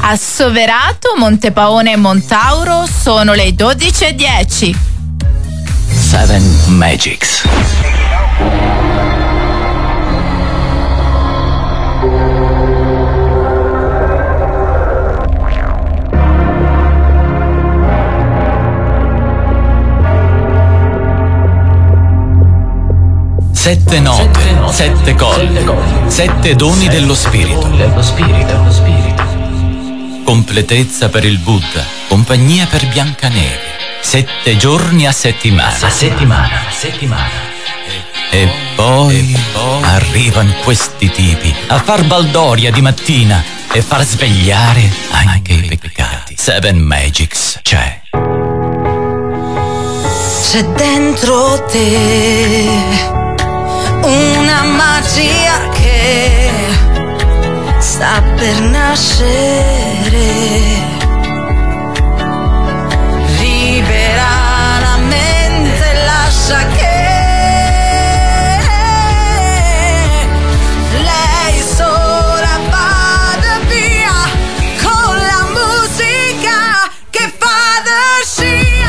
Assoverato, Montepaone e Montauro sono le 12:10. 7 Magics. Sette note, sette colle, sette doni dello spirito. Completezza per il Buddha, compagnia per Biancaneve. 7 giorni a settimana. E poi arrivano questi tipi a far baldoria di mattina e far svegliare anche i peccati. 7 Magics c'è. C'è dentro te una magia che sta per nascere. Libera la mente, lascia che lei sola vada via con la musica che fa da scia.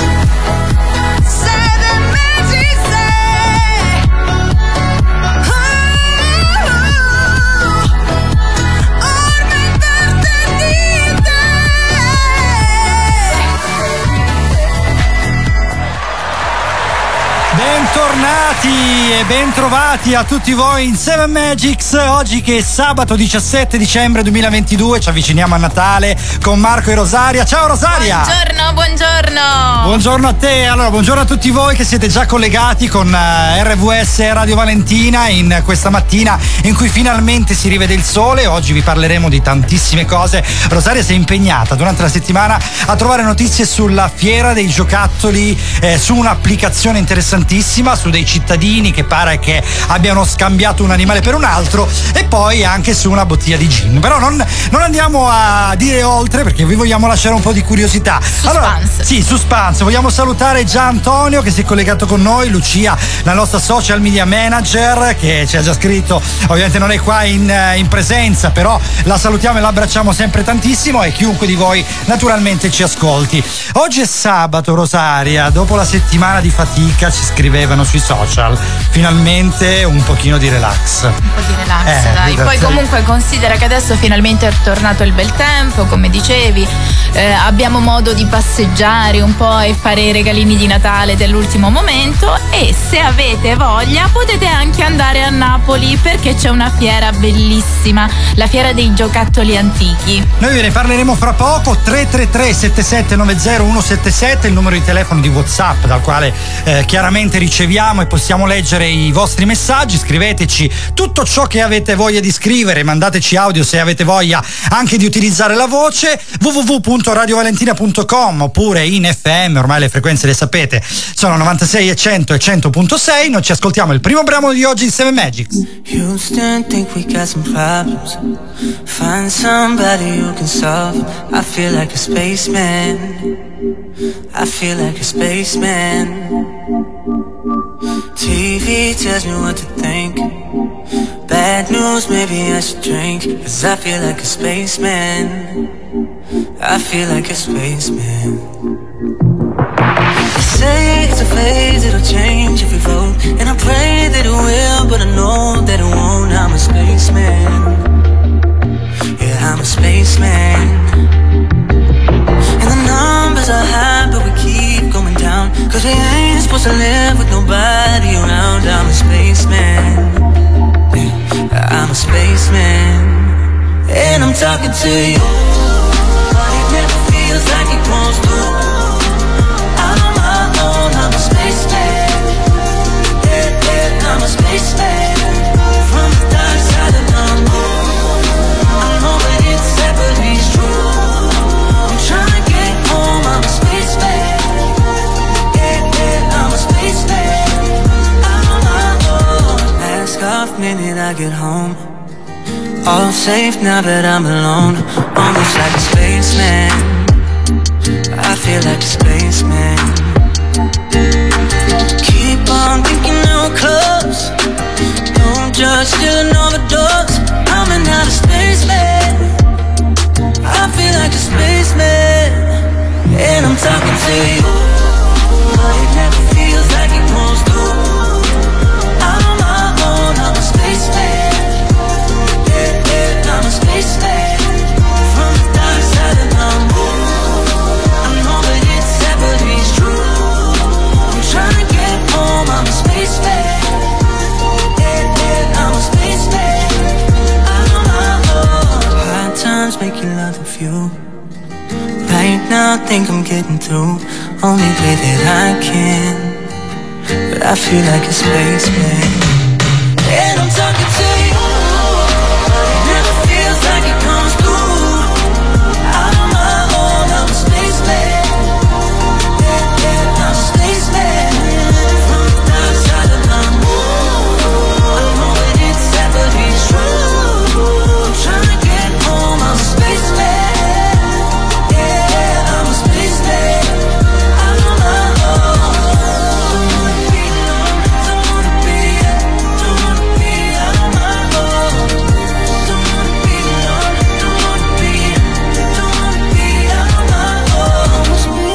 Bentornati e bentrovati a tutti voi in 7 Magics. Oggi che è sabato 17 dicembre 2022, ci avviciniamo a Natale con Marco e Rosaria. Ciao Rosaria! Buongiorno! Buongiorno a te. Allora, buongiorno a tutti voi che siete già collegati con RVS Radio Valentina in questa mattina in cui finalmente si rivede il sole. Oggi vi parleremo di tantissime cose. Rosaria si è impegnata durante la settimana a trovare notizie sulla fiera dei giocattoli, su un'applicazione interessantissima, su dei cittadini che pare che abbiano scambiato un animale per un altro, e poi anche su una bottiglia di gin. Però non andiamo a dire oltre, perché vi vogliamo lasciare un po' di curiosità. Allora, sì, suspense. Vogliamo salutare Gian Antonio che si è collegato con noi, Lucia, la nostra social media manager, che ci ha già scritto. Ovviamente non è qua in presenza, però la salutiamo e la abbracciamo sempre tantissimo, e chiunque di voi naturalmente ci ascolti. Oggi è sabato, Rosaria, dopo la settimana di fatica ci scrivevano sui social, finalmente un pochino di relax. Un po' di relax, dai. Poi comunque considera che adesso finalmente è tornato il bel tempo, come dicevi, abbiamo modo di passeggiare un po' e fare i regalini di Natale dell'ultimo momento, e se avete voglia potete anche andare a Napoli perché c'è una fiera bellissima, la fiera dei giocattoli antichi. Noi ve ne parleremo fra poco. 333 7790 177 il numero di telefono di WhatsApp dal quale chiaramente riceviamo e possiamo leggere i vostri messaggi. Scriveteci tutto ciò che avete voglia di scrivere, mandateci audio se avete voglia anche di utilizzare la voce. www.radiovalentina.com oppure in FM, ormai le frequenze le sapete, sono 96 e 100 e 100.6. Noi ci ascoltiamo il primo brano di oggi in 7 Magics. Houston, think we got some problems. Find somebody who can solve them. I feel like a spaceman. I feel like a spaceman. TV tells me what to think. Bad news, maybe I should drink. 'Cause I feel like a spaceman. I feel like a spaceman. They say it's a phase, it'll change if we vote. And I pray that it will, but I know that it won't. I'm a spaceman. Yeah, I'm a spaceman. And the numbers are high, but we keep going down. 'Cause we ain't supposed to live with nobody around. I'm a spaceman. Yeah, I'm a spaceman. And I'm talking to you. But it never feels like it wants to. I'm on my own, I'm a spaceman. Yeah, yeah, I'm a spaceman. From the dark side of the moon. I know that it's sad, but it's true. I'm trying to get home, I'm a spaceman. Yeah, yeah, I'm a spaceman. I'm on my own. Mask off minute I get home. All safe now that I'm alone. Almost like a spaceman. I feel like a spaceman. Keep on thinking now we're close. Don't judge, still an overdose. I'm an outer spaceman. I I think I'm getting through. Only way that I can, but I feel like a spaceman. And I'm talking to you. It never feels like it comes through. Out on my own, I'm a spaceman. Yeah, I'm a spaceman. From the dark side of the moon, I know that it's sad, but it's true. I'm trying to get home, I'm a spaceman. Yeah, I'm a spaceman. Out on my own. Don't wanna be alone, don't wanna be out on my own. Don't wanna be alone, don't wanna be out on my own.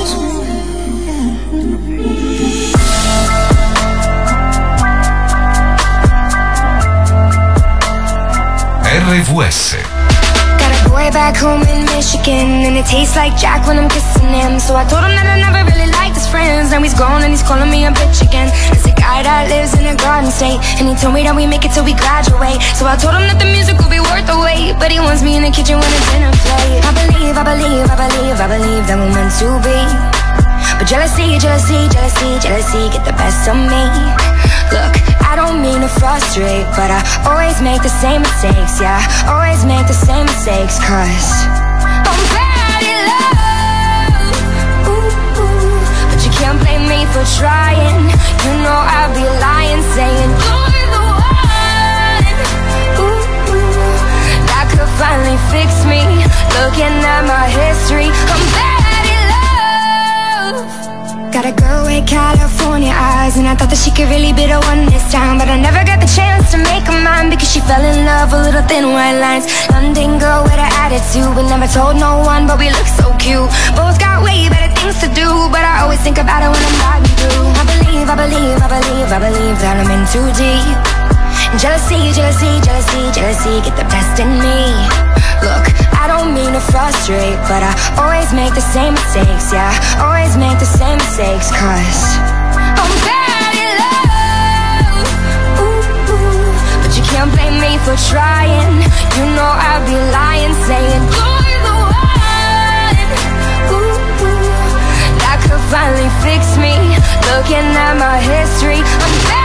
RVS. Got a boy back home in Michigan, and it tastes like Jack when I'm kissing him. So I told him that I never really liked his friends. Now he's gone and he's calling me a bitch again. There's a guy that lives in a garden state, and he told me that we make it till we graduate. So I told him that the music will be worth the wait, but he wants me in the kitchen when it's dinner plate. I believe that we're meant to be. But jealousy get the best of me. Look, I don't mean to frustrate, but I always make the same mistakes, yeah. Always make the same mistakes, 'cause I'm bad at love. Ooh, ooh. But you can't blame me for trying. You know I'd be lying, saying you're the one. Ooh, ooh. That could finally fix me. Looking at my history, I'm bad at love. Got a girl with California eyes, and I thought that she could really be the one this time, but I never got the chance to make her mine, because she fell in love with little thin white lines. London girl with an attitude, but never told no one, but we look so cute. Both got way better things to do, but I always think about it when I'm riding through. I believe that I'm in too deep. Jealousy get the best in me. Look, I don't mean to frustrate, but I always make the same mistakes, yeah. Always make the same mistakes, 'cause I'm bad at love. Ooh, ooh. But you can't blame me for trying. You know I'd be lying, saying you're the one. Ooh, ooh. That could finally fix me. Looking at my history, I'm bad.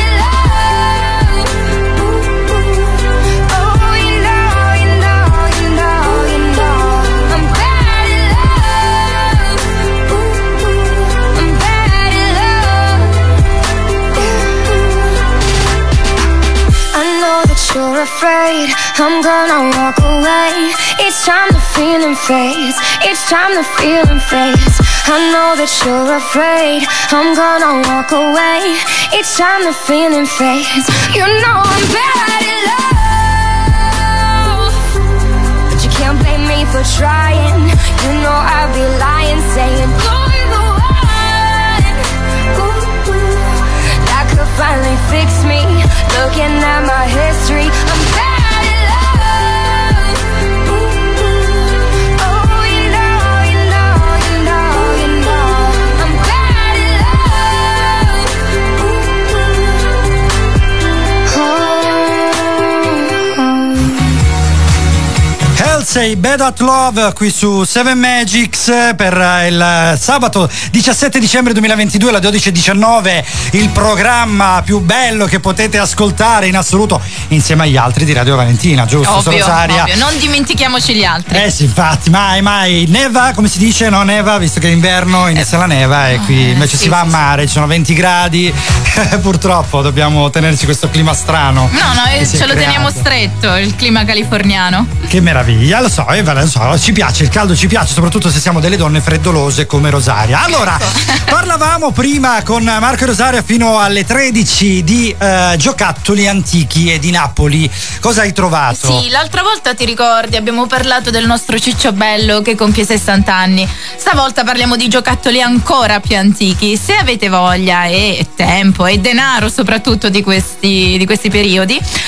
You're afraid I'm gonna walk away. Each time the feeling fades, each time the feeling fades. I know that you're afraid I'm gonna walk away. Each time the feeling fades. You know I'm bad at love, but you can't blame me for trying. You know I'd be lying, saying you're the one. Ooh, ooh. That could finally fix me. Looking at my history, I'm bad at love. Ooh, oh, you know, I'm bad at love. Halsey, Bad at Love, qui su 7 Magics per il sabato 17 dicembre 2022 alle 12:19, il programma più bello che potete ascoltare in assoluto insieme agli altri di Radio Valentina, giusto? Ovvio, non dimentichiamoci gli altri. Sì, infatti, mai. Neva, come si dice? No, neva, visto che d'inverno inizia la neva e qui invece si va a mare, ci sono 20 gradi, purtroppo dobbiamo tenerci questo clima strano. No, ce lo teniamo stretto, il clima californiano. Che meraviglia, lo so, ci piace, il caldo ci piace, soprattutto se siamo delle donne freddolose come Rosaria. Allora, parlavamo prima con Marco e Rosaria fino alle 13 di giocattoli antichi e di Napoli. Cosa hai trovato? Sì, l'altra volta ti ricordi abbiamo parlato del nostro Ciccio Bello che compie 60 anni. Stavolta parliamo di giocattoli ancora più antichi. Se avete voglia e tempo e denaro soprattutto di questi periodi,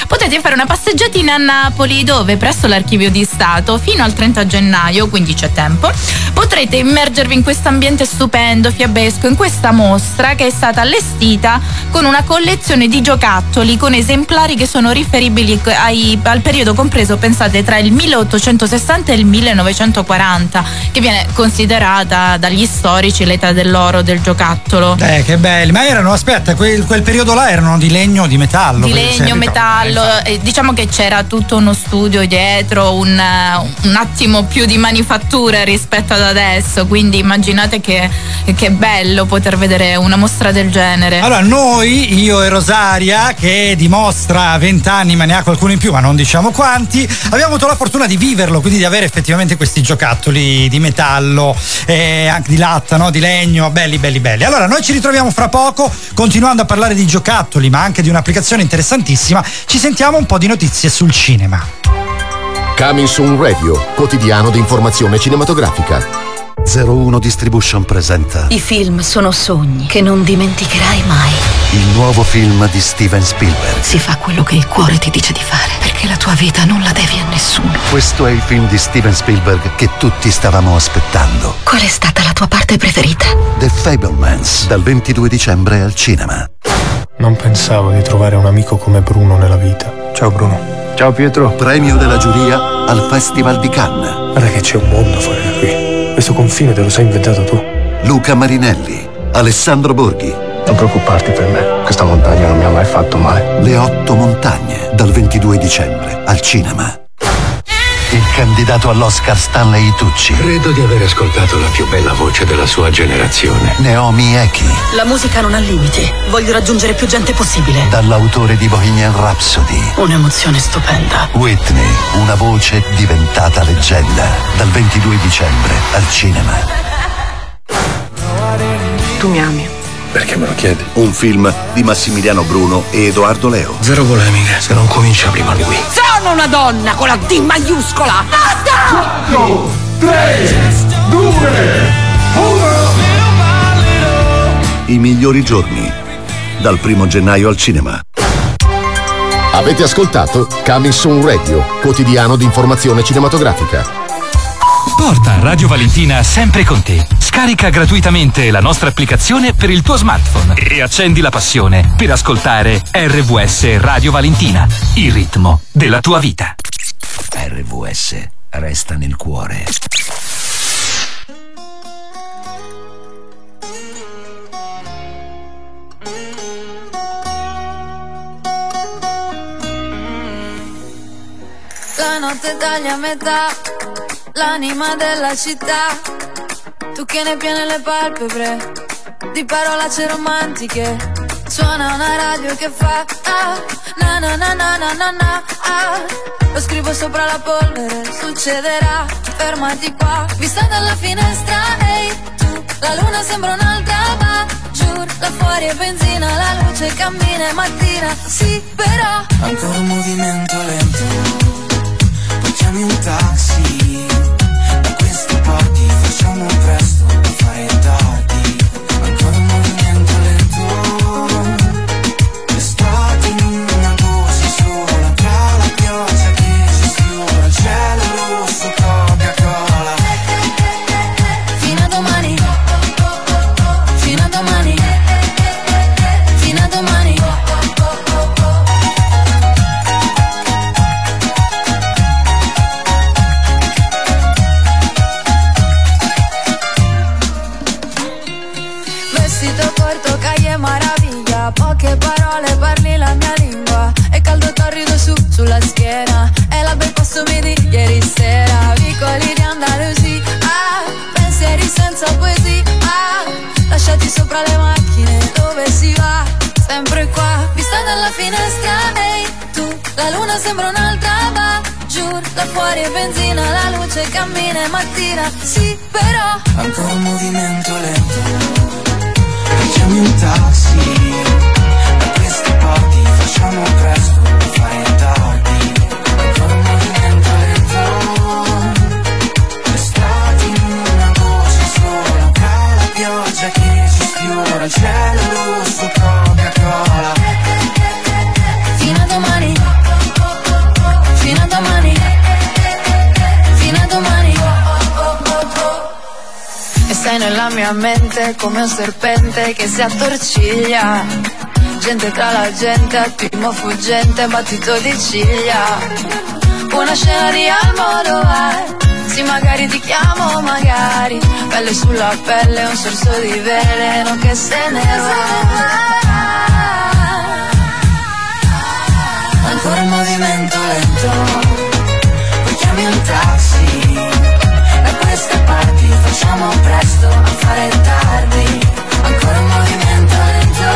potete fare una passeggiatina a Napoli, dove presso l'Archivio di Stato fino al 30 gennaio, quindi c'è tempo, potrete immergervi in questo ambiente stupendo, fiabesco, in questa mostra che è stata allestita con una collezione di giocattoli con esemplari che sono riferibili al periodo compreso, pensate, tra il 1860 e il 1940, che viene considerata dagli storici l'età dell'oro del giocattolo. Che belli, ma erano, aspetta, quel periodo là erano di legno o di metallo? Di legno, metallo, diciamo che c'era tutto uno studio dietro, un attimo più di manifattura rispetto ad adesso, quindi immaginate che bello poter vedere una mostra del genere. Allora noi, io e Rosaria, che dimostra 20 anni ma ne ha qualcuno in più, ma non diciamo quanti, abbiamo avuto la fortuna di viverlo, quindi di avere effettivamente questi giocattoli di metallo, anche di latta, no? Di legno, belli. Allora noi ci ritroviamo fra poco, continuando a parlare di giocattoli ma anche di un'applicazione interessantissima. Ci sentiamo un po' di notizie sul cinema. Coming Soon Radio, quotidiano di informazione cinematografica. 01 Distribution presenta I film sono sogni che non dimenticherai mai. il nuovo film di Steven Spielberg. Si fa quello che il cuore ti dice di fare, perché la tua vita non la devi a nessuno. Questo è il film di Steven Spielberg che tutti stavamo aspettando. Qual è stata la tua parte preferita? The Fabelmans, dal 22 dicembre al cinema. Non pensavo di trovare un amico come Bruno nella vita. Ciao Bruno. Ciao Pietro. Premio della giuria al Festival di Cannes. Guarda che c'è un mondo fuori da qui. Questo confine te lo sei inventato tu. Luca Marinelli, Alessandro Borghi. Non preoccuparti per me, questa montagna non mi ha mai fatto male. Le 8 montagne, dal 22 dicembre al cinema. Il candidato all'Oscar Stanley Tucci. Credo di aver ascoltato la più bella voce della sua generazione. Naomi Eki. La musica non ha limiti. Voglio raggiungere più gente possibile. Dall'autore di Bohemian Rhapsody. Un'emozione stupenda. Whitney, una voce diventata leggenda. Dal 22 dicembre al cinema. Tu mi ami? Perché me lo chiedi? Un film di Massimiliano Bruno e Edoardo Leo. Zero polemiche, se non comincia prima lui. Sono una donna con la D maiuscola. Basta! 4, 3, 2, 1. I migliori giorni. Dal 1 gennaio al cinema. Avete ascoltato Coming Soon Radio, quotidiano di informazione cinematografica. Porta Radio Valentina sempre con te. Scarica gratuitamente la nostra applicazione per il tuo smartphone e accendi la passione per ascoltare RVS Radio Valentina, il ritmo della tua vita. RVS resta nel cuore. La notte taglia a metà, l'anima della città. Tu che ne piene le palpebre di parolacce romantiche. Suona una radio che fa na na na na na na na Lo scrivo sopra la polvere, succederà, fermati qua. Vista dalla finestra, ehi tu, la luna sembra un'altra, va giù. Là fuori è benzina, la luce cammina, è mattina, sì però. Ancora un movimento lento, poi chiami un taxi. Da queste parti facciamo presto, per fare tardi. Ancora un movimento lento, l'estate in una dosi sola. Tra la pioggia che si sfiora, il cielo rosso, Coca-Cola. Fino a domani, fino a domani, fino a domani. Vestito corto, calle maraviglia, poche parole, parli la mia lingua. È caldo torrido sulla schiena, e la bel passo mi di ieri sera. Vicoli di Andalusia, pensieri senza poesia, lasciati sopra le macchine, dove si va? Sempre qua, vista dalla finestra, ehi tu, la luna sembra un'altra, va giù. Là fuori è benzina, la luce cammina, è mattina, sì però. Ancora un movimento lento, chiami un taxi. Da queste parti facciamo presto, per fare tardi. Ancora un movimento lento, l'estate in una voce sola. Tra la pioggia che ci sfiora, il cielo rosso, Coca-Cola. Fino a domani, nella mia mente come un serpente che si attorciglia. Gente tra la gente, attimo fuggente, battito di ciglia. Una scena di Almodovar. Sì, magari ti chiamo, magari. Pelle sulla pelle, un sorso di veleno che se ne va. Ancora un movimento lento, poi chiami un taxi. Da queste parti facciamo presto a fare tardi. Ancora un movimento lento,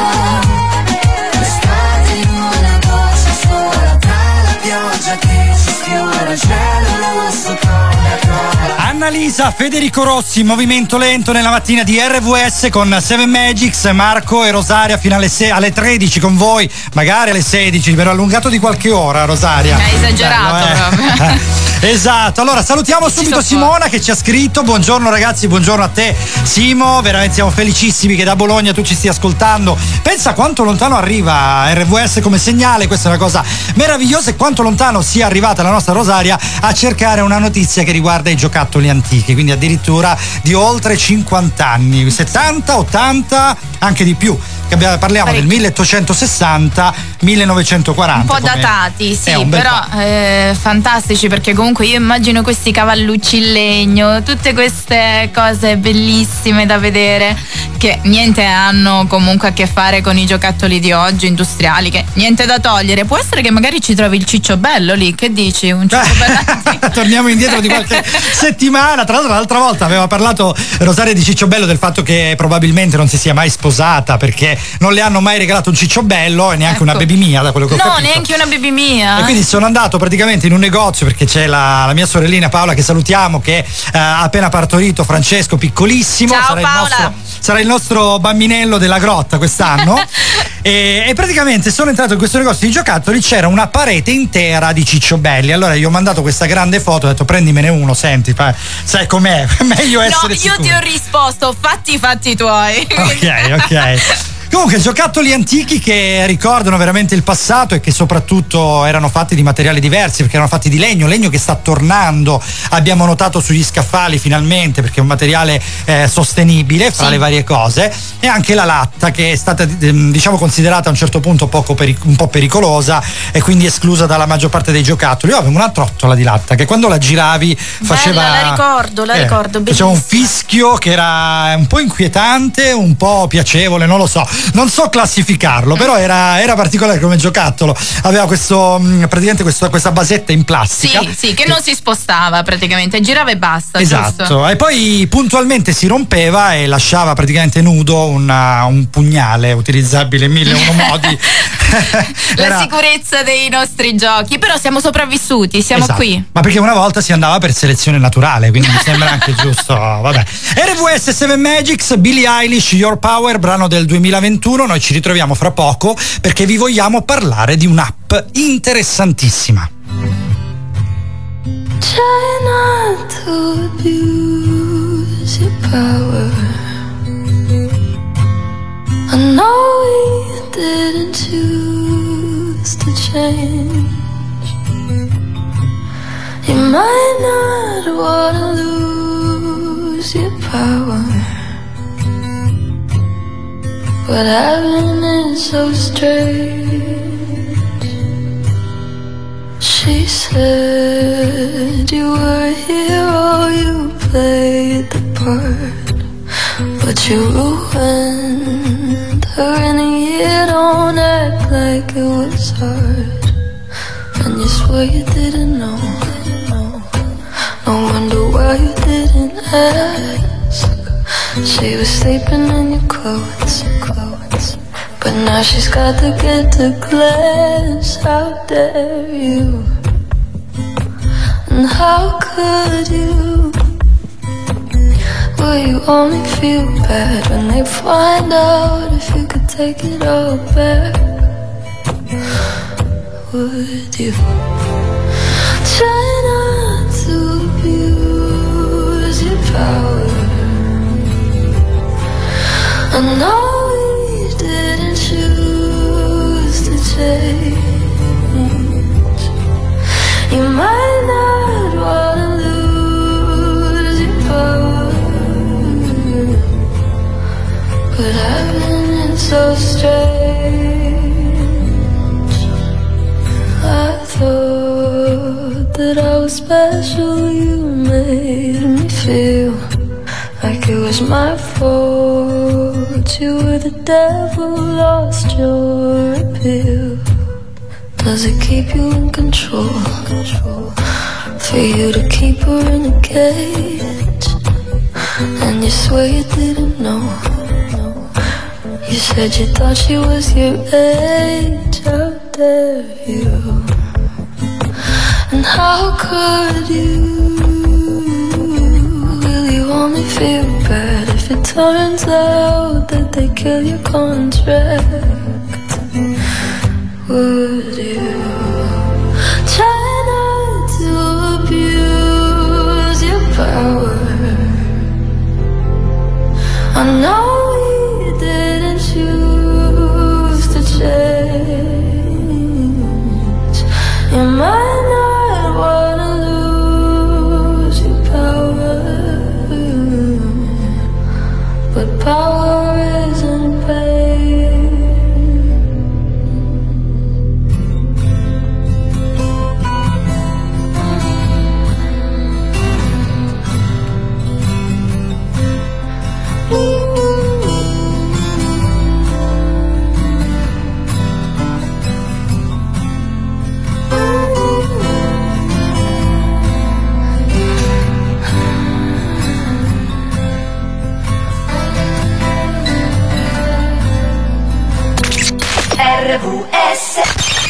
l'estate in una cosa sola, tra la pioggia che si sfiora il cielo rosso con Annalisa, Federico Rossi, movimento lento nella mattina di RVS con Seven Magics, Marco e Rosaria fino alle 13 con voi, magari alle 16, però allungato di qualche ora, Rosaria. Hai esagerato proprio. Esatto, allora salutiamo subito Simona che ci ha scritto: buongiorno ragazzi, buongiorno a te Simo, veramente siamo felicissimi che da Bologna tu ci stia ascoltando. Pensa quanto lontano arriva RVS come segnale, questa è una cosa meravigliosa, e quanto lontano sia arrivata la nostra Rosaria a cercare una notizia che riguarda i giocattoli antichi, quindi addirittura di oltre 50 anni, 70, 80, anche di più. Parliamo del 1860, 1940. Un po' datati, sì, però fantastici, perché comunque io immagino questi cavallucci in legno, tutte queste cose bellissime da vedere, che niente hanno comunque a che fare con i giocattoli di oggi industriali, che niente da togliere. Può essere che magari ci trovi il Cicciobello lì, che dici? Un Cicciobello. Torniamo indietro di qualche settimana. Tra l'altro l'altra volta aveva parlato Rosaria di Cicciobello, del fatto che probabilmente non si sia mai sposata perché non le hanno mai regalato un Cicciobello e neanche una baby mia, da quello che ho capito. No, neanche una baby mia. E quindi sono andato praticamente in un negozio, perché c'è la mia sorellina Paola, che salutiamo, che ha appena partorito Francesco piccolissimo. Ciao Paola. Sarà il nostro bambinello della grotta quest'anno. e praticamente sono entrato in questo negozio di giocattoli, c'era una parete intera di cicciobelli. Allora io ho mandato questa grande foto, ho detto prendimene uno, senti, sai com'è, meglio essere sicuro. No, io ti ho risposto, fatti i fatti tuoi. Ok. Comunque giocattoli antichi che ricordano veramente il passato e che soprattutto erano fatti di materiali diversi, perché erano fatti di legno che sta tornando, abbiamo notato sugli scaffali finalmente, perché è un materiale sostenibile fra le varie cose, e anche la latta, che è stata diciamo considerata a un certo punto un po' pericolosa e quindi esclusa dalla maggior parte dei giocattoli. Io avevo una trottola di latta che quando la giravi faceva... Bella, la ricordo, bellissima. Faceva un fischio che era un po' inquietante, un po' piacevole, non lo so. Non so classificarlo, però era particolare come giocattolo. Aveva praticamente questa basetta in plastica. Sì, che non si spostava praticamente, girava e basta. Esatto, giusto? E poi puntualmente si rompeva e lasciava praticamente nudo un pugnale utilizzabile in 1001 modi. La sicurezza dei nostri giochi, però siamo sopravvissuti, siamo qui. Ma perché una volta si andava per selezione naturale, quindi mi sembra anche giusto. Vabbè. RVS Seven Magics, Billie Eilish, Your Power, brano del 2021. Noi ci ritroviamo fra poco perché vi vogliamo parlare di un'app interessantissima. Try not to abuse your power. I know we didn't choose to change. You might not wanna lose your power, but having it so strange. She said you were a hero, you played the part, but you ruined her in a year. Don't act like it was hard, and you swear you didn't know. No wonder why you didn't ask. She was sleeping in your clothes, but now she's got to get to class. How dare you? And how could you? Will you only feel bad when they find out if you could take it all back? Would you try not to abuse your power? I know we didn't choose to change. You might not wanna lose your power, so strange. I thought that I was special. You made me feel like it was my fault. You were the devil, lost your appeal. Does it keep you in control? For you to keep her in a cage, and you swear you didn't know. You said you thought she was your age. How dare you? And how could you? Will you only feel bad if it turns out that they kill your contract? Would you try not to abuse your power? I know we didn't choose to change. You might not wanna lose your power, but power isn't pain. RVS.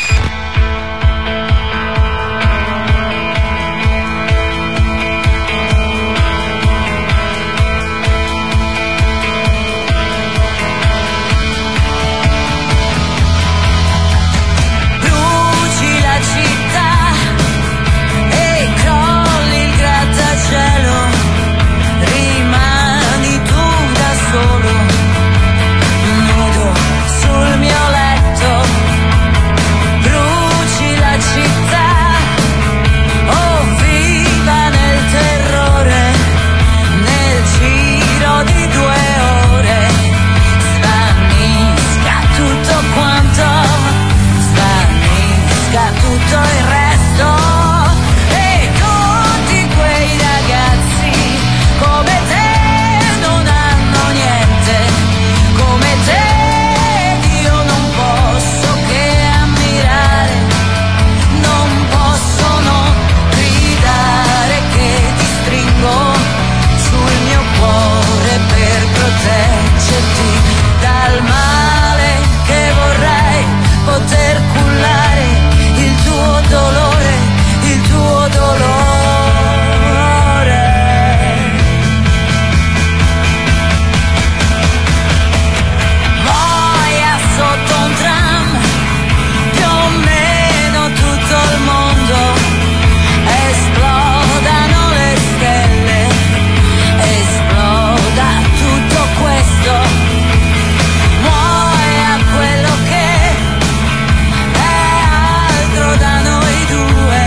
Bruci la città e crolli il grattacielo, rimani tu da solo, nudo sul mio letto. Bruci la città, oh viva nel terrore, nel giro di 2 ore, svanisca tutto quanto, svanisca tutto il resto, e tutti quei ragazzi come te non hanno niente, come te io non posso che ammirare, non posso non gridare che ti stringo sul mio cuore per proteggerti dal male che vorrei poter cullare, il tuo dolore, il tuo dolore. Muoia sotto un tram, più o meno tutto il mondo, esplodano le stelle, esploda tutto questo, muoia quello che è altro da noi due,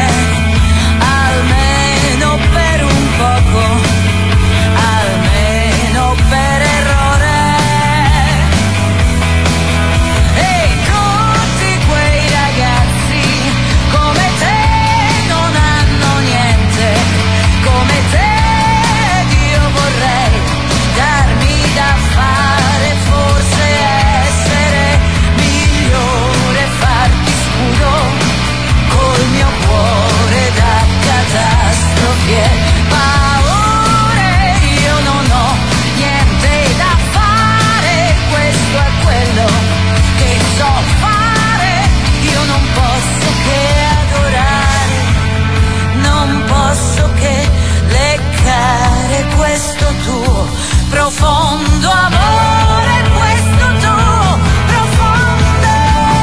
almeno per un poco, almeno per errore. E tutti quei ragazzi come te non hanno niente, come te io vorrei darmi da fare, forse essere migliore, farti scudo col mio cuore da catastrofi e paure. Io non ho niente da fare, questo è quello che so fare, io non posso che adorare, non posso che leccare questo tuo profondo amore, questo tuo profondo.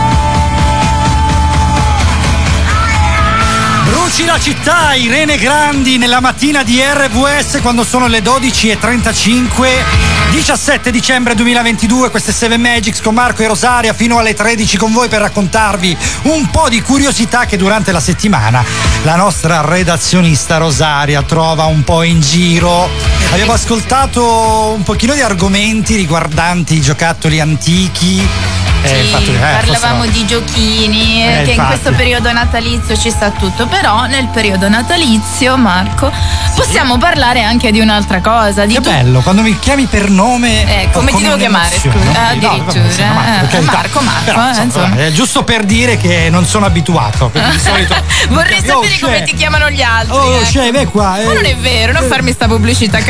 Bruci la città, Irene Grandi nella mattina di RVS quando sono le 12:35, 17 dicembre 2022. Queste 7 Magics con Marco e Rosaria fino alle 13 con voi per raccontarvi un po' di curiosità che durante la settimana la nostra redazionista Rosaria trova un po' in giro Abbiamo ascoltato un pochino di argomenti riguardanti i giocattoli antichi. Parlavamo di giochini, che in questo periodo natalizio ci sta tutto, però nel periodo natalizio, Marco, possiamo parlare anche di un'altra cosa. Che bello, quando mi chiami per nome. Come ti devo chiamare, scusa? Addirittura. Marco, insomma. È giusto per dire che non sono abituato. Di solito vorrei sapere come ti chiamano gli altri. Vai qua. Ma non è vero, non farmi sta pubblicità.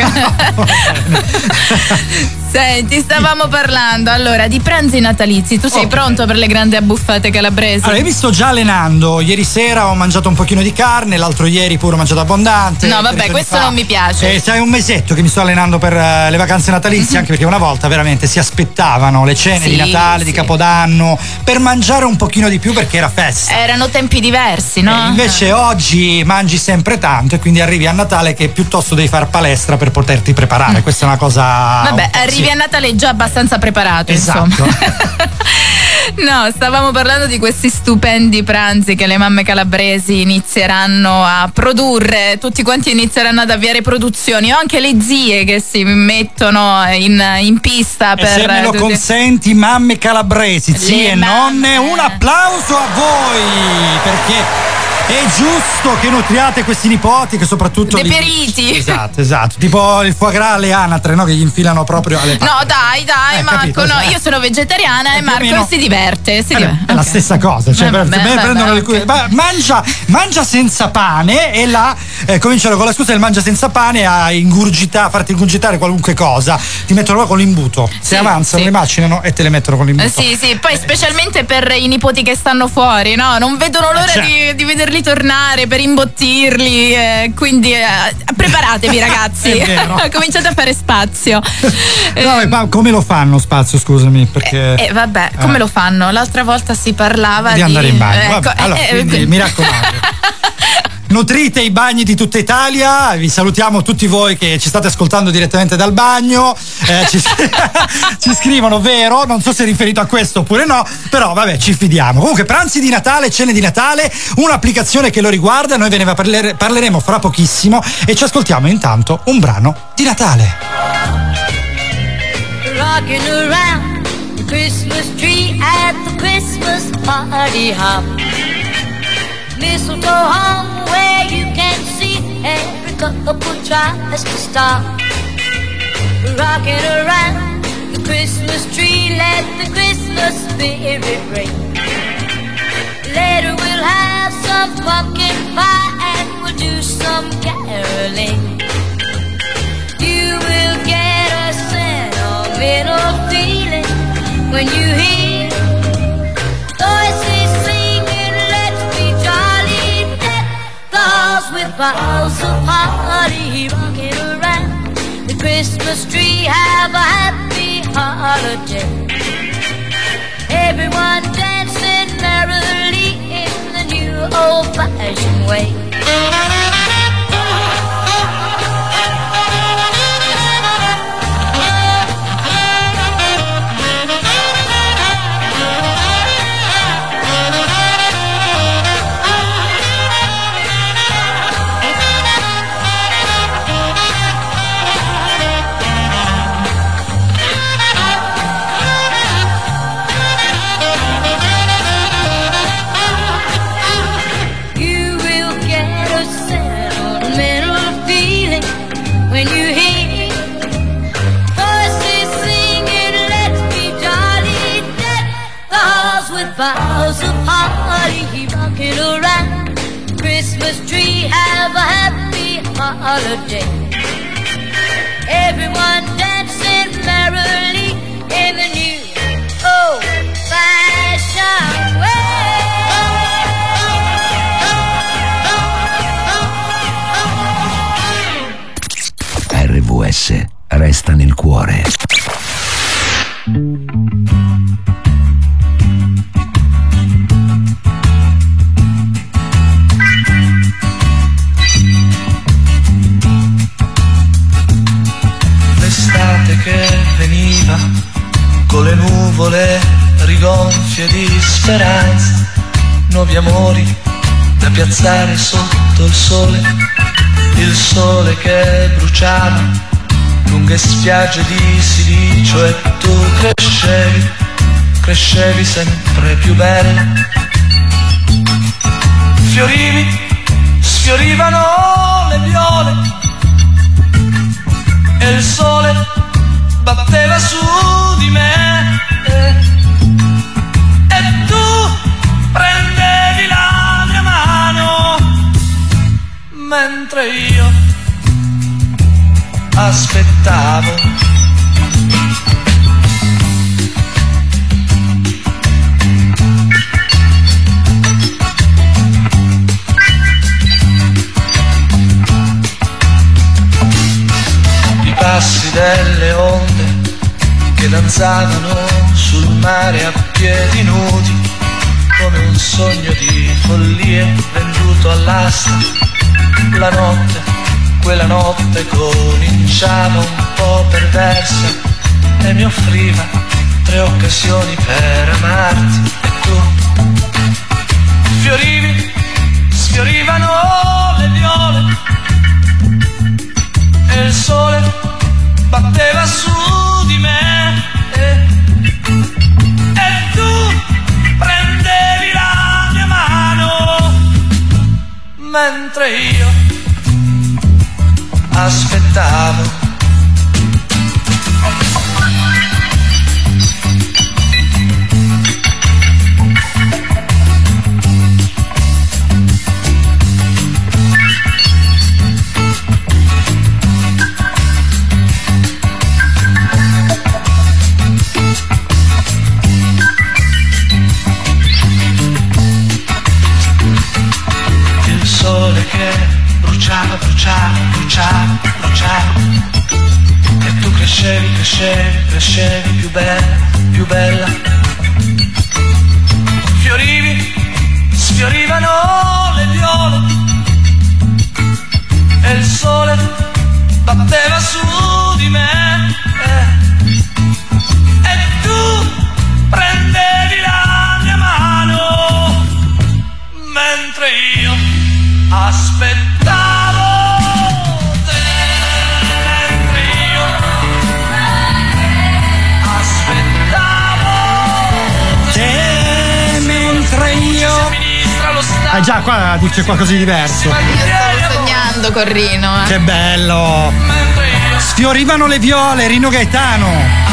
Senti, stavamo parlando allora di pranzi natalizi. Tu sei pronto per le grandi abbuffate calabresi? Allora, io mi sto già allenando. Ieri sera ho mangiato un pochino di carne, l'altro ieri pure ho mangiato abbondante. No, vabbè, questo non mi piace. Sai, un mesetto che mi sto allenando per le vacanze natalizie, anche perché una volta veramente si aspettavano le cene di Natale, di Capodanno, per mangiare un pochino di più perché era festa. Erano tempi diversi, no? Invece oggi mangi sempre tanto e quindi arrivi a Natale che piuttosto devi fare palestra per poterti preparare. Questa è una cosa. Vabbè, arrivi a Natale già abbastanza preparato, esatto. Insomma. No, stavamo parlando di questi stupendi pranzi che le mamme calabresi inizieranno a produrre, tutti quanti inizieranno ad avviare produzioni, o anche le zie che si mettono in pista per. Se me lo consenti, mamme calabresi, zie e nonne, un applauso a voi, perché è giusto che nutriate questi nipoti che soprattutto deperiti. Esatto, tipo il foie gras alle anatre, no? Che gli infilano proprio alle palle. No, dai, Marco, capito, no, io sono vegetariana e Marco si diverte. È la stessa cosa, cioè prendono le cure. Mangia senza pane e là cominciano con la scusa del mangia senza pane a farti ingurgitare qualunque cosa. Ti mettono con l'imbuto. Se avanzano, le macinano e te le mettono con l'imbuto. Sì, poi specialmente per i nipoti che stanno fuori, no? Non vedono l'ora di vederli tornare per imbottirli, quindi preparatevi ragazzi. Cominciate a fare spazio. No, ma come lo fanno spazio, scusami, perché vabbè, come lo fanno? L'altra volta si parlava di andare in bagno. Quindi mi raccomando. Nutrite i bagni di tutta Italia, vi salutiamo tutti voi che ci state ascoltando direttamente dal bagno, ci scrivono, vero, non so se è riferito a questo oppure no, però vabbè, ci fidiamo. Comunque pranzi di Natale, cene di Natale, un'applicazione che lo riguarda, noi ve ne parleremo fra pochissimo e ci ascoltiamo intanto un brano di Natale. Rocking around the Christmas tree at the Christmas party hop. Mistletoe hung where you can see every couple tries to stop. Rocking around the Christmas tree, let the Christmas spirit ring. Later we'll have some pumpkin pie and we'll do some caroling. You will get a sentimental feeling when you hear voices singing, let's be jolly. Dolls with boughs of holly rocking around the Christmas tree. Have a happy holiday. Everyone dancing merrily in the new old-fashioned way. Boughs of holly rocking around the Christmas tree. Have a happy holiday. Everyone dancing merrily in the new old-fashioned way. RVS resta nel cuore. Che veniva con le nuvole rigonfie di speranza, nuovi amori da piazzare sotto il sole che bruciava lunghe spiagge di silicio e tu crescevi sempre più bella. Sfiorivano le viole e il sole batteva su di me e tu prendevi la mia mano mentre io aspettavo. I passi delle onde che danzavano sul mare a piedi nudi, come un sogno di follie venduto all'asta. La notte, quella notte cominciava un po' perversa e mi offriva 3 occasioni per amarti e tu sfiorivano le viole e il sole batteva su di me e tu prendevi la mia mano mentre io aspettavo. Il sole che bruciava e tu crescevi più bella. Sfiorivano le viole e il sole batteva su di me e tu prendevi la mia mano mentre io aspettavo. Già, qua dice qualcosa di diverso. Io stavo sognando con Rino. Che bello! Sfiorivano le viole, Rino Gaetano.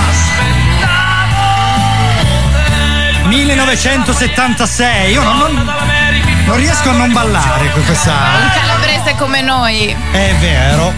1976. Io non riesco a non ballare con questa. Un calabrese come noi. È vero.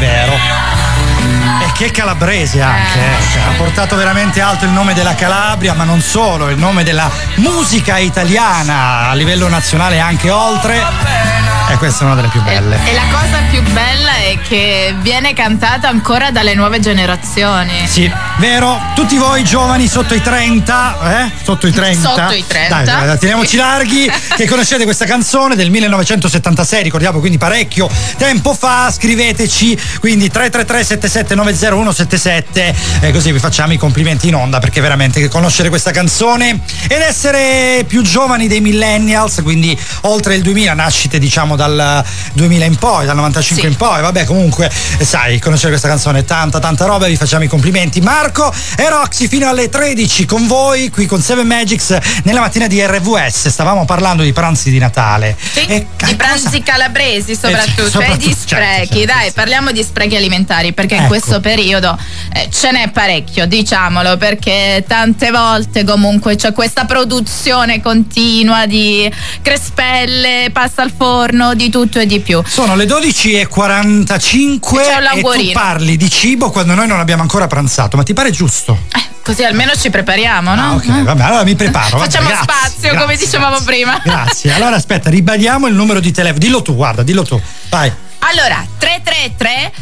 E che calabrese anche, ha portato veramente alto il nome della Calabria, ma non solo, il nome della musica italiana a livello nazionale e anche oltre. E questa è una delle più belle. E la cosa più bella è che viene cantata ancora dalle nuove generazioni. Sì, vero? Tutti voi giovani sotto i 30, Sotto i 30. Dai, teniamoci larghi, che conoscete questa canzone del 1976, ricordiamo, quindi parecchio tempo fa. Scriveteci, quindi 333 7790 177, e così vi facciamo i complimenti in onda, perché veramente conoscere questa canzone ed essere più giovani dei millennials, quindi oltre il 2000, nascite diciamo dal 2000 in poi, dal 95 in poi, vabbè, comunque sai, conoscere questa canzone è tanta roba, vi facciamo i complimenti. Marco e Roxy fino alle 13 con voi qui con Seven Magics nella mattina di RVS. Stavamo parlando di pranzi di Natale, di pranzi calabresi soprattutto, e di sprechi. Certo. Dai, parliamo di sprechi alimentari, perché in questo periodo ce n'è parecchio, diciamolo, perché tante volte comunque c'è questa produzione continua di crespelle, pasta al forno, di tutto e di più. Sono le 12:45 e tu parli di cibo quando noi non abbiamo ancora pranzato, ma ti pare giusto? Così almeno ci prepariamo, no? Ok, vabbè, allora mi preparo. Facciamo spazio, come dicevamo prima. Grazie. Allora aspetta, ribadiamo il numero di telefono. Dillo tu, vai. Allora, 333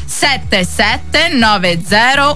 7790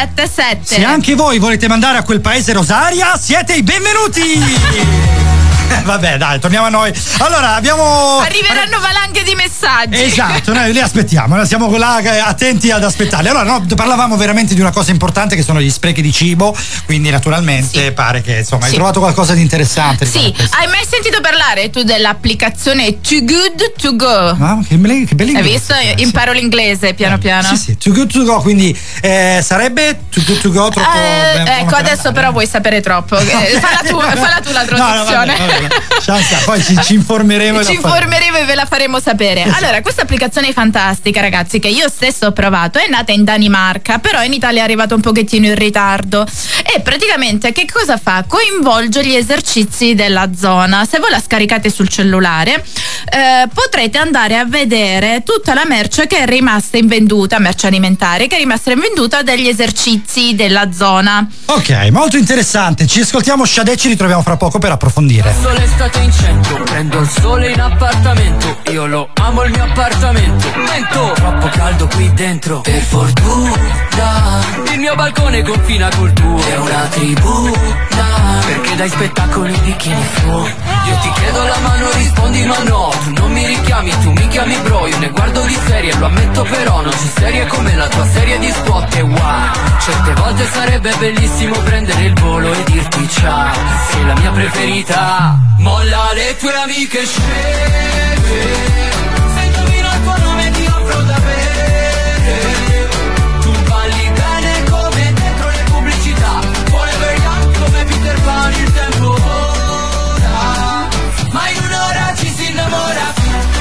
177. Se anche voi volete mandare a quel paese Rosaria, siete i benvenuti! Vabbè, dai, torniamo a noi. Allora, arriveranno valanghe di messaggi. Esatto, noi li aspettiamo, noi siamo là attenti ad aspettarli. Allora, no, parlavamo veramente di una cosa importante che sono gli sprechi di cibo, quindi naturalmente pare che insomma hai trovato qualcosa di interessante. Sì, hai mai sentito parlare tu dell'applicazione Too Good To Go? Ah, che bell'inglese. Hai visto? Imparo l'inglese piano piano. Sì, Too Good To Go, quindi sarebbe Too Good To Go troppo ecco, adesso però vuoi sapere troppo. Falla tu la traduzione. No, poi ci informeremo e ve la faremo sapere. Esatto. Allora, questa applicazione è fantastica, ragazzi, che io stesso ho provato. È nata in Danimarca, però in Italia è arrivata un pochettino in ritardo. E praticamente che cosa fa? Coinvolge gli esercizi della zona. Se voi la scaricate sul cellulare, potrete andare a vedere tutta la merce che è rimasta invenduta, merce alimentare che è rimasta invenduta dagli esercizi della zona. Ok, molto interessante. Ci ascoltiamo Sade, ci ritroviamo fra poco per approfondire. Il sole è stato in 100, prendo il sole in appartamento. Io lo amo il mio appartamento. Vento, troppo caldo qui dentro. Per fortuna il mio balcone confina col tuo. È una tribuna, perché dai spettacoli bikini fuori. Io ti chiedo la mano, rispondi no. Tu non mi richiami, tu mi chiami bro. Io ne guardo di serie, lo ammetto però non c'è serie come la tua serie di spot. E wow, certe volte sarebbe bellissimo prendere il volo e dirti ciao. Sei la mia preferita. Molla le tue amiche sceme. Se indovino il tuo nome ti offro da bere. Tu balli bene come dentro le pubblicità. Forever young come Peter Pan, il tempo ora. Ma in un'ora ci si innamora.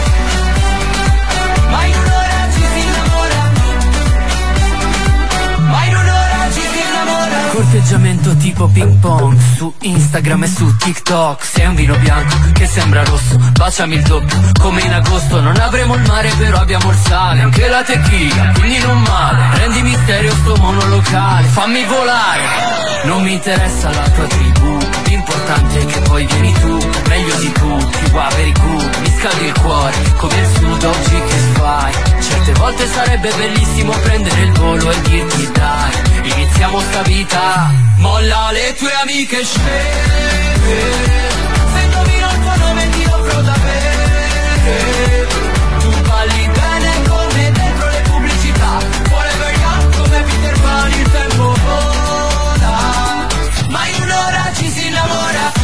Ma in un'ora ci si innamora. Ma in un'ora ci si innamora. Corteggiamento tipo ping pong su Instagram e su TikTok. Sei un vino bianco che sembra rosso, baciami il doppio come in agosto. Non avremo il mare però abbiamo il sale, anche la tequila, quindi non male. Rendi misterio sto monolocale, fammi volare. Non mi interessa la tua tribù, l'importante è che poi vieni tu. Meglio di tutti, wow, very good. Mi scaldi il cuore come il sud, oggi che fai? Certe volte sarebbe bellissimo prendere il volo e dirti dai, iniziamo sta vita. Molla le tue amiche sceme. Se indovino il tuo nome ti offro da bere. Tu balli bene come dentro le pubblicità. Forever young come Peter Pan, il tempo vola. Ma in un'ora ci si innamora.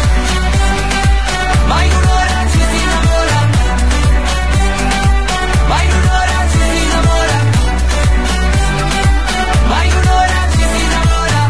Ma in un'ora ci si innamora. Ma in un'ora ci si innamora. Ma in un'ora ci si innamora.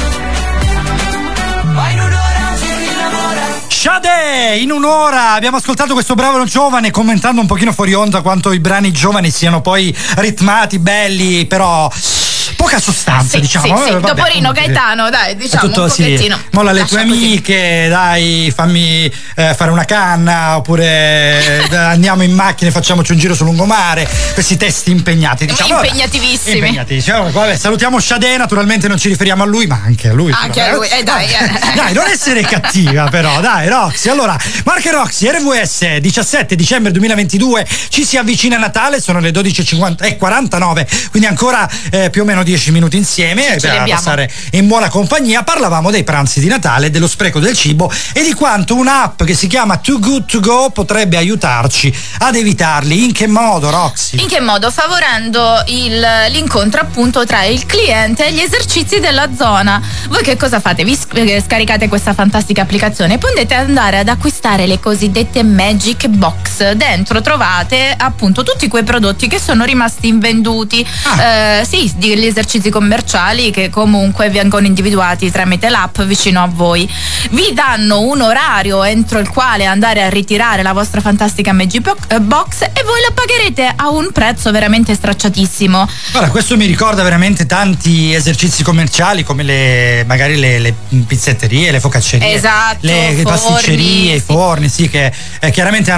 Ma in un'ora ci si innamora. Sade, in un'ora abbiamo ascoltato questo bravo giovane commentando un pochino fuori onda quanto i brani giovani siano poi ritmati, belli, però poca sostanza, diciamo. Sì. Vabbè, dopo Rino Gaetano, dai, diciamo tutto, un pochettino. Sì. Molla le tue amiche, dai, fammi fare una canna, oppure andiamo in macchina e facciamoci un giro sul lungomare. Questi testi impegnati, diciamo. Impegnativissimi. Diciamo, vabbè, salutiamo Sade, naturalmente non ci riferiamo a lui, ma anche a lui. Anche a lui, dai. Dai, non essere cattiva però, dai, Roxy. Allora, Mark e Roxy, RVS, 17 dicembre 2022, ci si avvicina a Natale, sono le 12:49, quindi ancora più o meno 10 minuti insieme per passare in buona compagnia. Parlavamo dei pranzi di Natale, dello spreco del cibo e di quanto un'app che si chiama Too Good To Go potrebbe aiutarci ad evitarli. In che modo, Roxy? In che modo? Favorendo l'incontro appunto tra il cliente e gli esercizi della zona. Voi che cosa fate? Vi scaricate questa fantastica applicazione e potete andare ad acquistare le cosiddette Magic Box. Dentro trovate appunto tutti quei prodotti che sono rimasti invenduti. Sì, degli esercizi commerciali che comunque vengono individuati tramite l'app vicino a voi. Vi danno un orario entro il quale andare a ritirare la vostra fantastica Magic Box e voi la pagherete a un prezzo veramente stracciatissimo. Guarda, questo mi ricorda veramente tanti esercizi commerciali come magari le pizzetterie, le focaccerie, esatto, le pasticcerie, i forni, sì, che chiaramente hanno un tipo di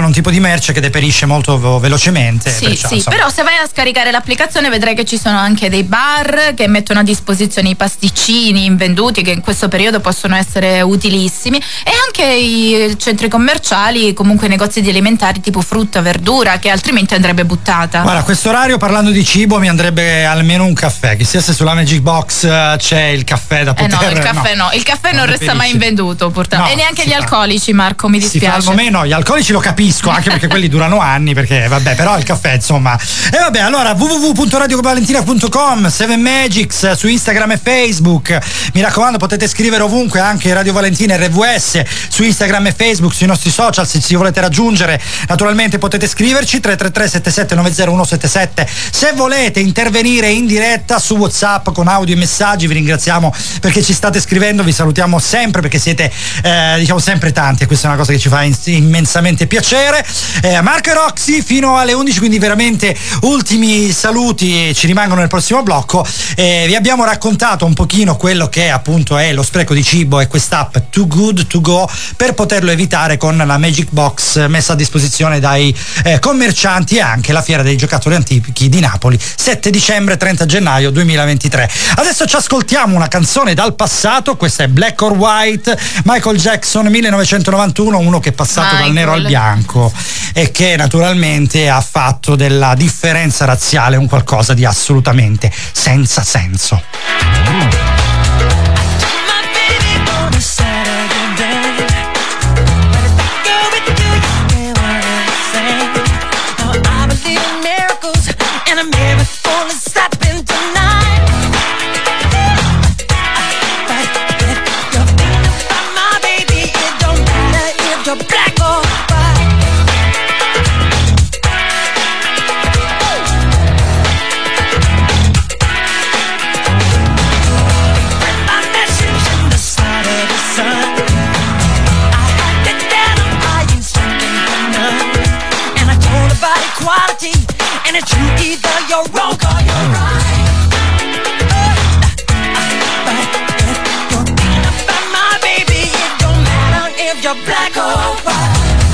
merce che deperisce molto velocemente. Sì, sì, però se vai a scaricare l'applicazione vedrai che ci sono anche dei bar che mettono a disposizione i pasticcini invenduti, che in questo periodo possono essere utilissimi, e anche i centri commerciali, comunque i negozi di alimentari tipo frutta, verdura, che altrimenti andrebbe buttata. Guarda, a questo orario, parlando di cibo, mi andrebbe almeno un caffè, che sia se sulla Magic Box c'è il caffè da poter... il caffè non resta mai invenduto purtroppo, e neanche gli alcolici, Marco, mi dispiace. No, gli alcolici lo capisco, anche perché quelli durano anni, perché vabbè, però il caffè insomma. E vabbè, allora www.radiovalentina.com, 7 Magics su Instagram e Facebook, mi raccomando, potete scrivere ovunque, anche Radio Valentina RVS su Instagram e Facebook, sui nostri social, se ci volete raggiungere naturalmente potete scriverci 333 7790 177. Se volete intervenire in diretta su WhatsApp con audio e messaggi, vi ringraziamo perché ci state scrivendo, vi salutiamo sempre perché siete diciamo sempre tanti, e questa è una cosa che ci fa immensamente piacere. Marco e Roxy fino alle 11, quindi veramente ultimi saluti ci rimangono nel prossimo blocco. Vi abbiamo raccontato un pochino quello che appunto è lo spreco di cibo e quest'app Too Good To Go per poterlo evitare con la Magic Box messa a disposizione dai commercianti, e anche la fiera dei giocattoli antichi di Napoli 7 dicembre 30 gennaio 2023. Adesso ci ascoltiamo una canzone dal passato, questa è Black or White, Michael Jackson 1991, uno che è passato dal nero al bianco e che naturalmente ha fatto della differenza razziale un qualcosa di assolutamente senza senso. And it's you, either you're wrong or you're right. You're thinking about my baby. It don't matter if you're black or white.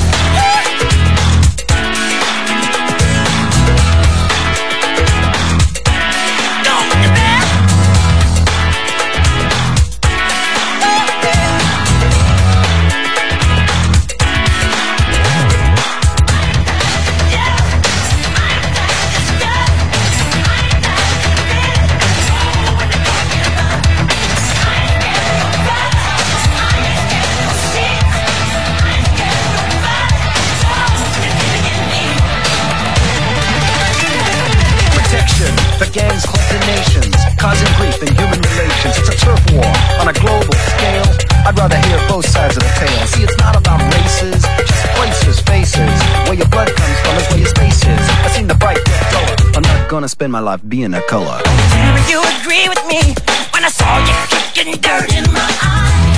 The gangs club the nations, causing grief in human relations. It's a turf war on a global scale. I'd rather hear both sides of the tale. See, it's not about races, just places, faces. Where your blood comes from is where your space is. I've seen the bright get duller. I'm not gonna spend my life being a color. Tell you agree with me when I saw you kicking dirt in my eye.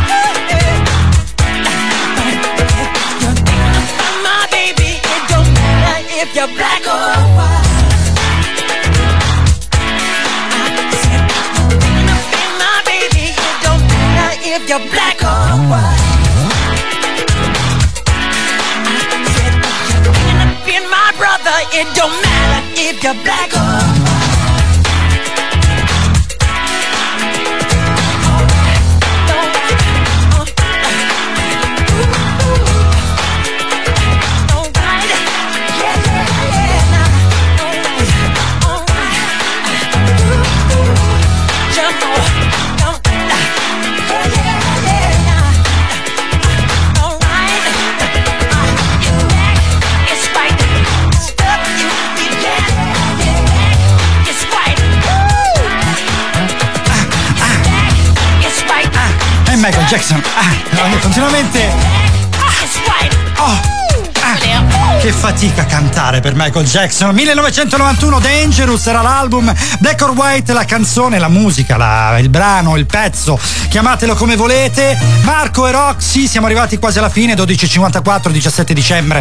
You're thinking about my baby. It don't matter if you're black or white. If you're black or white, I said you're thinking of being my brother. It don't matter if you're black or white. Michael Jackson continuamente Che fatica a cantare per Michael Jackson. 1991, Dangerous era l'album, Black or White la canzone, la musica, il brano, il pezzo, chiamatelo come volete. Marco e Roxy, siamo arrivati quasi alla fine, 12.54, 17 dicembre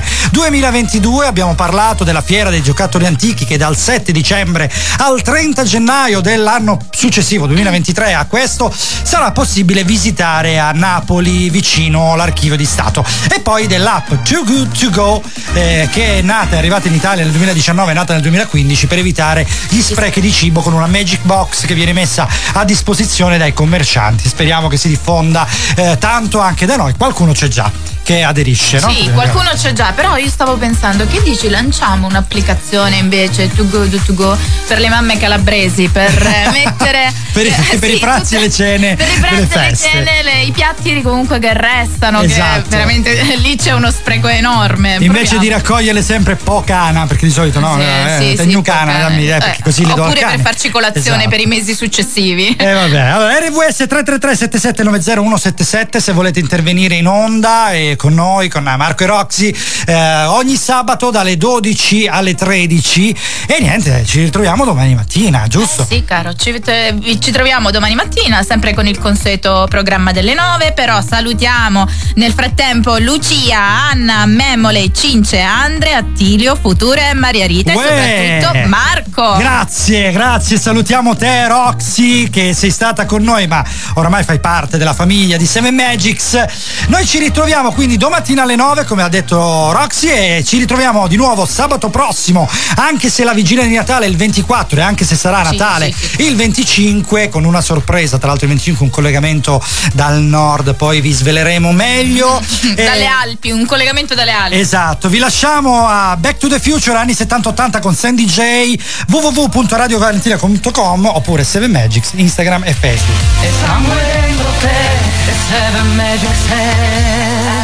2022. Abbiamo parlato della fiera dei giocattoli antichi che dal 7 dicembre al 30 gennaio dell'anno successivo, 2023, a questo sarà possibile visitare a Napoli vicino all'Archivio di Stato. E poi dell'app Too Good To Go, che è nata, è arrivata in Italia nel 2019, è nata nel 2015 per evitare gli sprechi di cibo, con una Magic Box che viene messa a disposizione dai commercianti. Speriamo che si diffonda tanto anche da noi. Qualcuno c'è già che aderisce, no? Sì, qualcuno c'è già, però io stavo pensando, che dici, lanciamo un'applicazione invece Too Good To Go per le mamme calabresi, per mettere per i pranzi e le cene, per i pranzi e le cene, i piatti comunque che restano, esatto, che veramente lì c'è uno spreco enorme. Invece di raccoglierle sempre cana, perché di solito no, cana, dammi, perché così le do al cane. Oppure per farci colazione, esatto, per i mesi successivi. Vabbè, allora RVS 333 7790 177 se volete intervenire in onda e con noi, con Marco e Roxy, ogni sabato dalle 12 alle 13. E niente, ci ritroviamo domani mattina, giusto? Sì, caro, ci troviamo domani mattina sempre con il consueto programma delle 9. Però salutiamo nel frattempo Lucia, Anna, Memole, Cince, Andre, Attilio, Futuro e Maria Rita, e soprattutto Marco. Grazie, salutiamo te Roxy, che sei stata con noi ma oramai fai parte della famiglia di Seven Magics. Noi ci ritroviamo quindi domattina alle 9, come ha detto Roxy, e ci ritroviamo di nuovo sabato prossimo, anche se la vigilia di Natale è il 24 e anche se sarà Natale il 25, con una sorpresa, tra l'altro il 25 un collegamento dal nord, poi vi sveleremo meglio. Dalle Alpi, un collegamento dalle Alpi. Esatto, vi lasciamo a Back to the Future anni 70-80 con Sandy J, www.radiovalentina.com oppure Seven Magics, Instagram e Facebook. E Samuel Seven Magics